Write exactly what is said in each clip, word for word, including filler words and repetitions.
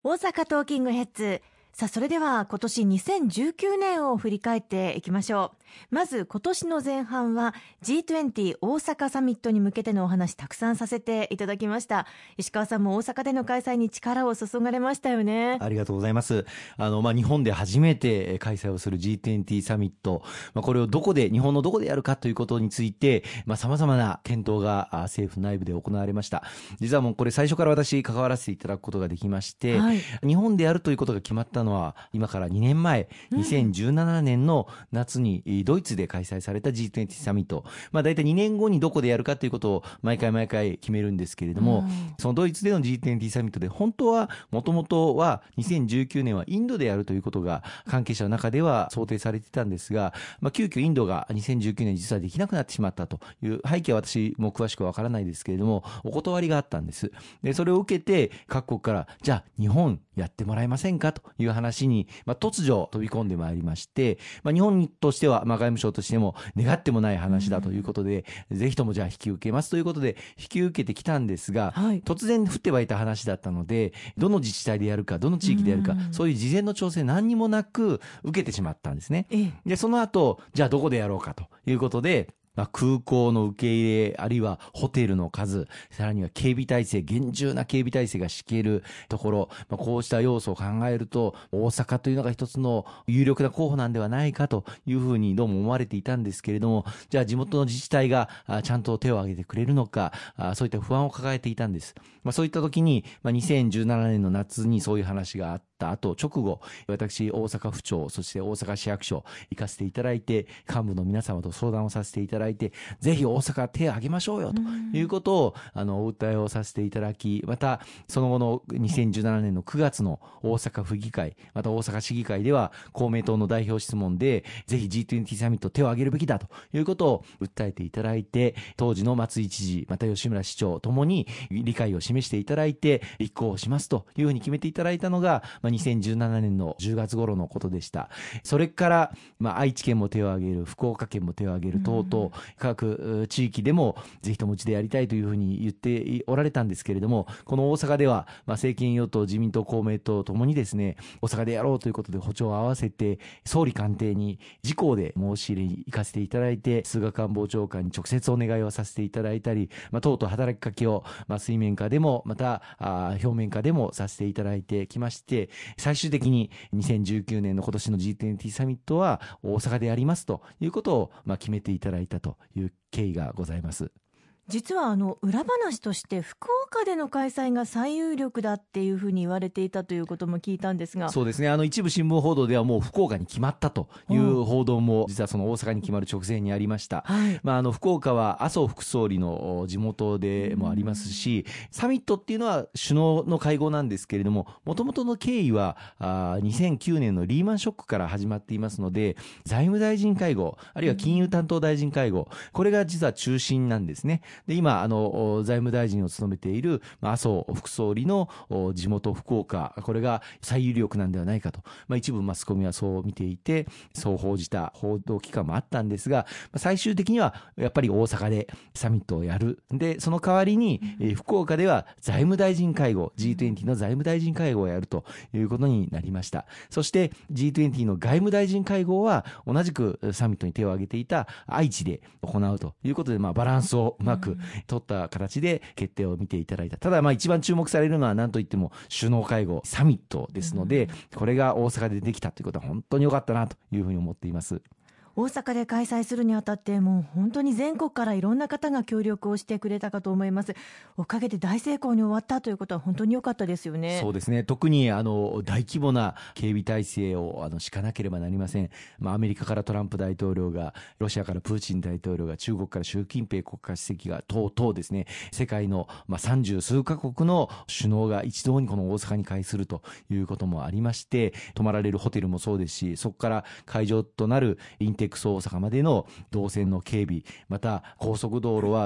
大阪トーキングヘッズ。さあ、それでは今年にせんじゅうきゅうねんを振り返っていきましょう。まず今年の前半は ジートゥエンティー 大阪サミットに向けてのお話たくさんさせていただきました。石川さんも大阪での開催に力を注がれましたよね。 ありがとうございます。あの、まあ、日本で初めて開催をする ジートゥエンティー サミット、まあ、これをどこで、日本のどこでやるかということについて、まあ、様々な検討が政府内部で行われました。実はもうこれ最初から私関わらせていただくことができまして、はい、日本でやるということが決まったのは今からにねんまえ、にせんじゅうななねんの夏にドイツで開催された ジートゥエンティー サミット、まあ、大体にねんごにどこでやるかということを毎回毎回決めるんですけれども、うん、そのドイツでの ジートゥエンティー サミットで本当はもともとはにせんじゅうきゅうねんはインドでやるということが関係者の中では想定されていたんですが、まあ、急遽インドがにせんじゅうきゅうねん実はできなくなってしまったという背景は私も詳しくわからないですけれども、お断りがあったんです。で、それを受けて各国からじゃあ日本やってもらえませんかという話に、まあ、突如飛び込んでまいりまして、まあ、日本としては、まあ、外務省としても願ってもない話だということで、うん、ぜひともじゃあ引き受けますということで引き受けてきたんですが、はい、突然降って湧いた話だったので、どの自治体でやるかどの地域でやるか、うん、そういう事前の調整何にもなく受けてしまったんですね。で、その後じゃあどこでやろうかということで、まあ、空港の受け入れ、あるいはホテルの数、さらには警備体制、厳重な警備体制が敷けるところ、まあ、こうした要素を考えると大阪というのが一つの有力な候補なんではないかというふうにどうも思われていたんですけれども、じゃあ地元の自治体がちゃんと手を挙げてくれるのか、そういった不安を抱えていたんです。まあ、そういった時に、まあ、にせんじゅうななねんの夏にそういう話があった後、直後、私大阪府庁、そして大阪市役所行かせていただいて、幹部の皆様と相談をさせていただいて、ぜひ大阪手を挙げましょうよということを、あのお訴えをさせていただき、またその後のにせんじゅうななねんのくがつの大阪府議会、また大阪市議会では公明党の代表質問で、ぜひ ジートゥエンティー サミット手を挙げるべきだということを訴えていただいて、当時の松井知事、また吉村市長ともに理解を示していただいて、立候補しますというふうに決めていただいたのが、まあ、にせんじゅうななねんのじゅうがつ頃のことでした。それから、まあ、愛知県も手を挙げる、福岡県も手を挙げる等々、各地域でもぜひともうちでやりたいというふうに言っておられたんですけれども、この大阪では、まあ、政権与党、自民党、公明党ともにですね、大阪でやろうということで歩調を合わせて、総理官邸に自公で申し入れに行かせていただいて、菅官房長官に直接お願いをさせていただいたり、まあ、党と働きかけを、まあ、水面下でもまたあ表面下でもさせていただいてきまして、最終的ににせんじゅうきゅうねんの今年の ジートゥエンティー サミットは大阪でやりますということを、まあ、決めていただいたという経緯がございます。 実はあの裏話として福岡での開催が最有力だっていうふうに言われていたということも聞いたんですが、 そうですね、あの一部新聞報道ではもう福岡に決まったという報道も実はその大阪に決まる直前にありました、はい。まあ、あの福岡は麻生副総理の地元でもありますし、サミットっていうのは首脳の会合なんですけれども、もともとの経緯はあにせんきゅうねんのリーマンショックから始まっていますので、財務大臣会合あるいは金融担当大臣会合、これが実は中心なんですね。で、今あの財務大臣を務めている麻生副総理の地元福岡、これが最有力なんではないかと、まあ、一部マスコミはそう見ていて、そう報じた報道機関もあったんですが、最終的にはやっぱり大阪でサミットをやる。で、その代わりに、えー、福岡では財務大臣会合、ジートゥエンティー の財務大臣会合をやるということになりました。そして ジートゥエンティー の外務大臣会合は同じくサミットに手を挙げていた愛知で行うということで、まあ、バランスをうまく取った形で決定を見ていただいた。ただまあ一番注目されるのは何といっても首脳会合サミットですので、これが大阪でできたということは本当に良かったなというふうに思っています。 大阪で開催するにあたってもう本当に全国からいろんな方が協力をしてくれたかと思います。おかげで大成功に終わったということは本当に良かったですよね。 そうですね、特にあの大規模な警備体制をあの敷かなければなりません。まあ、アメリカからトランプ大統領が、ロシアからプーチン大統領が、中国から習近平国家主席が等々ですね、世界のまあ三十数カ国の首脳が一堂にこの大阪に会するということもありまして、泊まられるホテルもそうですし、そこから会場となるインテックス大阪までの動線の警備、また高速道路は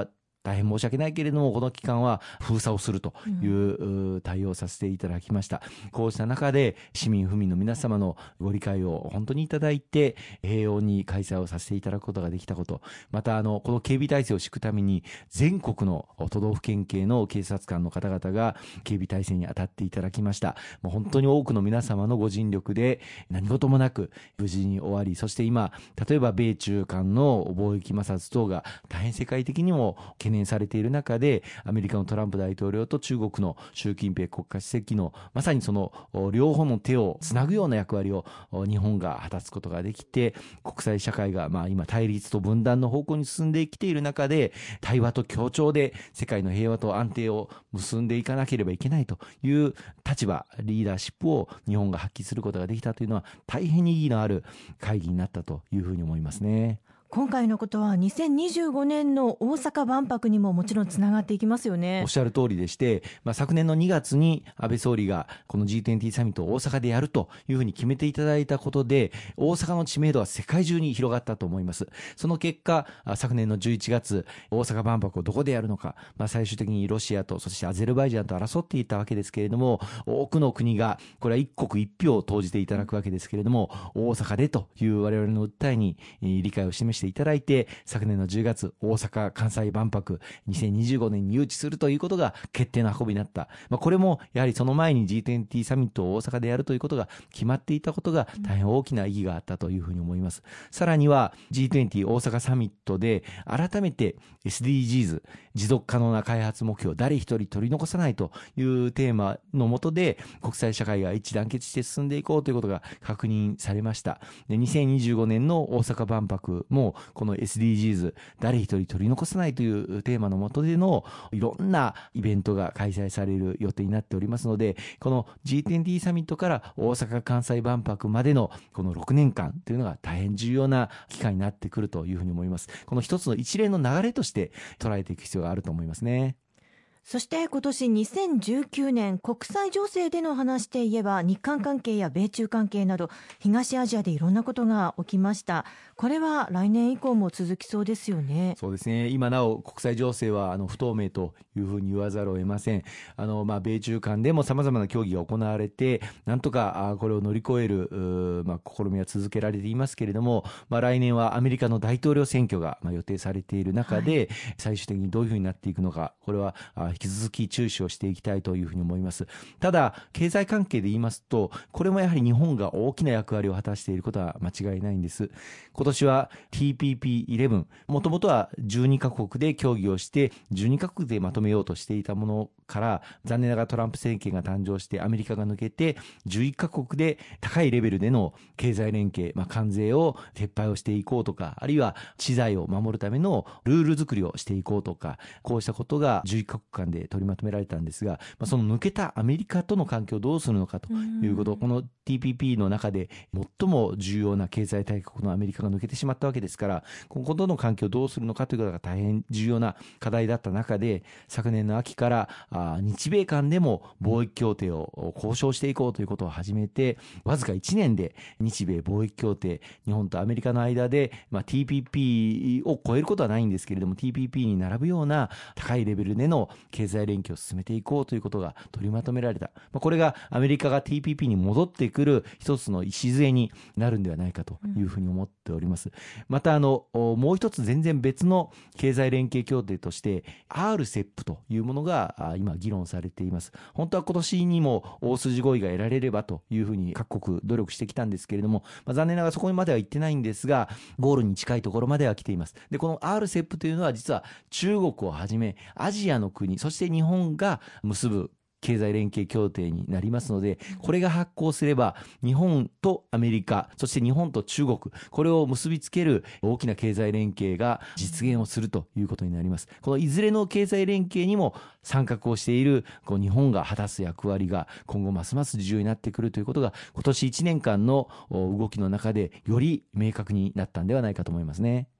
大変申し訳ないけれどもこの期間は封鎖をするという対応をさせていただきました。こうした中で市民府民の皆様のご理解を本当にいただいて平穏に開催をさせていただくことができたこと、またあのこの警備体制を敷くために全国の都道府県警の警察官の方々が警備体制に当たっていただきました。もう本当に多くの皆様のご尽力で何事もなく無事に終わり、そして今例えば米中間の貿易摩擦等が大変世界的にも懸念されている中でアメリカのトランプ大統領と中国の習近平国家主席のまさにその両方の手をつなぐような役割を日本が果たすことができて、国際社会がまあ今対立と分断の方向に進んできている中で対話と協調で世界の平和と安定を結んでいかなければいけないという立場、リーダーシップを日本が発揮することができたというのは大変に意義のある会議になったというふうに思いますね。 今回のことはにせんにじゅうごねんの大阪万博にももちろんつながっていきますよね。 おっしゃる通りでして、まあ、昨年のにがつに安倍総理がこの ジートゥエンティー サミットを大阪でやるというふうに決めていただいたことで大阪の知名度は世界中に広がったと思います。その結果昨年のじゅういちがつ大阪万博をどこでやるのか、まあ、最終的にロシアとそしてアゼルバイジャンと争っていたわけですけれども、多くの国がこれは一国一票を投じていただくわけですけれども、大阪でという我々の訴えに理解を示していただいて昨年のじゅうがつ大阪・関西万博にせんにじゅうごねんに誘致するということが決定の運びになった、まあ、これもやはりその前に ジートゥエンティー サミットを大阪でやるということが決まっていたことが大変大きな意義があったというふうに思います。さらには ジートゥエンティー 大阪サミットで改めて エスディージーズ 持続可能な開発目標誰一人取り残さないというテーマの下で国際社会が一致団結して進んでいこうということが確認されました。でにせんにじゅうごねんの大阪万博もこの エスディージーズ 誰一人取り残さないというテーマの下でのいろんなイベントが開催される予定になっておりますので、この ジートゥエンティー サミットから大阪・関西万博までのこのろくねんかんというのが大変重要な期間になってくるというふうに思います。この一つの一連の流れとして捉えていく必要があると思いますね。 そして今年にせんじゅうきゅうねん国際情勢での話で言えば日韓関係や米中関係など東アジアでいろんなことが起きました。これは来年以降も続きそうですよね。 そうですね。今なお国際情勢はあの不透明というふうに言わざるを得ません。あの、まあ、米中間でも様々な協議が行われてなんとかあこれを乗り越える、まあ、試みは続けられていますけれども、まあ、来年はアメリカの大統領選挙が、まあ、予定されている中で、はい、最終的にどういうふうになっていくのか、これはあ引き続き注視をしていきたいというふうに思います。ただ経済関係で言いますとこれもやはり日本が大きな役割を果たしていることは間違いないんです。今年は ティーピーピーイレブン もともとはじゅうにかこくで協議をしてじゅうにかこくでまとめようとしていたものから残念ながらトランプ政権が誕生してアメリカが抜けてじゅういっかこくで高いレベルでの経済連携、まあ、関税を撤廃をしていこうとか、あるいは資材を守るためのルール作りをしていこうとか、こうしたことがじゅういっかこく間で取りまとめられたんですが、まあ、その抜けたアメリカとの関係をどうするのかということ、この ティーピーピー の中で最も重要な経済大国のアメリカが抜けてしまったわけですから、こことの関係をどうするのかということが大変重要な課題だった中で、昨年の秋からあ日米間でも貿易協定を交渉していこうということを始めて、わずかいちねんで日米貿易協定、日本とアメリカの間で、まあ、ティーピーピー を超えることはないんですけれども ティーピーピー に並ぶような高いレベルでの経済連携を進めていこうということが取りまとめられた、まあ、これがアメリカが ティーピーピー に戻ってくる一つの礎になるんではないかというふうに思っております。またあのもう一つ全然別の経済連携協定として アールセップ というものが今議論されています。本当は今年にも大筋合意が得られればというふうに各国努力してきたんですけれども、まあ、残念ながらそこまでは行ってないんですがゴールに近いところまでは来ています。でこの アールセップ というのは実は中国をはじめアジアの国、そして日本が結ぶ経済連携協定になりますので、これが発効すれば日本とアメリカ、そして日本と中国、これを結びつける大きな経済連携が実現をするということになります。このいずれの経済連携にも参画をしているこう日本が果たす役割が今後ますます重要になってくるということが今年いちねんかんの動きの中でより明確になったんではないかと思いますね。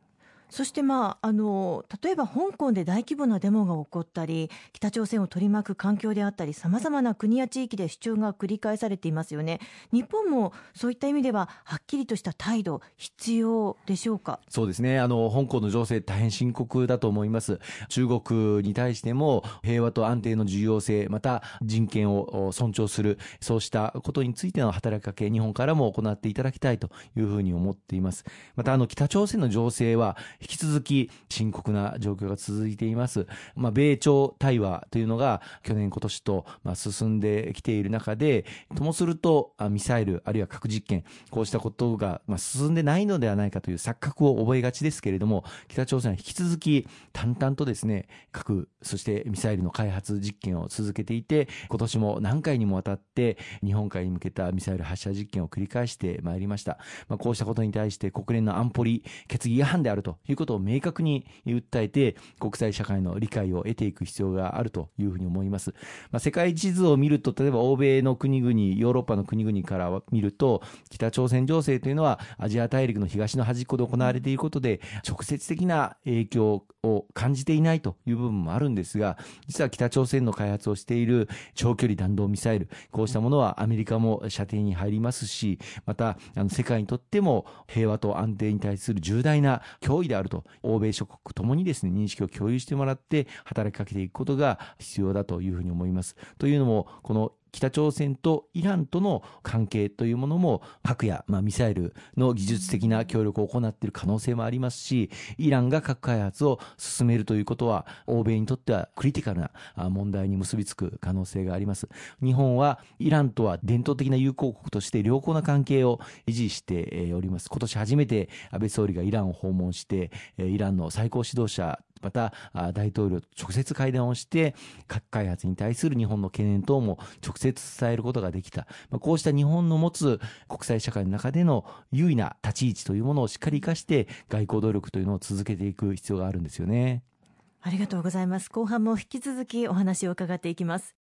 そして、まあ、あの例えば香港で大規模なデモが起こったり、北朝鮮を取り巻く環境であったり、さまざまな国や地域で主張が繰り返されていますよね。日本もそういった意味でははっきりとした態度必要でしょうか。 そうですね。あの香港の情勢大変深刻だと思います。中国に対しても平和と安定の重要性、また人権を尊重する、そうしたことについての働きかけ、日本からも行っていただきたいというふうに思っています。またあの北朝鮮の情勢は引き続き深刻な状況が続いています。まあ、米朝対話というのが去年今年とまあ進んできている中で、ともするとミサイルあるいは核実験、こうしたことがまあ進んでないのではないかという錯覚を覚えがちですけれども、北朝鮮は引き続き淡々とですね、核そしてミサイルの開発実験を続けていて、今年も何回にもわたって日本海に向けたミサイル発射実験を繰り返してまいりました。まあ、こうしたことに対して国連の安保理決議違反であるということを明確に訴えて、国際社会の理解を得ていく必要があるというふうに思います。まあ、世界地図を見ると、例えば欧米の国々、ヨーロッパの国々から見ると、北朝鮮情勢というのはアジア大陸の東の端っこで行われていることで直接的な影響を感じていないという部分もあるんですが、実は北朝鮮の開発をしている長距離弾道ミサイル、こうしたものはアメリカも射程に入りますし、またあの世界にとっても平和と安定に対する重大な脅威であると、欧米諸国ともにですね、認識を共有してもらって働きかけていくことが必要だというふうに思います。というのも、この北朝鮮とイランとの関係というものも核や、まあ、ミサイルの技術的な協力を行っている可能性もありますし、イランが核開発を進めるということは欧米にとってはクリティカルな問題に結びつく可能性があります。日本はイランとは伝統的な友好国として良好な関係を維持しております。今年初めて安倍総理がイランを訪問して、イランの最高指導者また大統領と直接会談をして核開発に対する日本の懸念等も直接伝えることができた。こうした日本の持つ国際社会の中での優位な立ち位置というものをしっかり生かして外交努力というのを続けていく必要があるんですよね。 ありがとうございます。後半も引き続きお話を伺っていきます。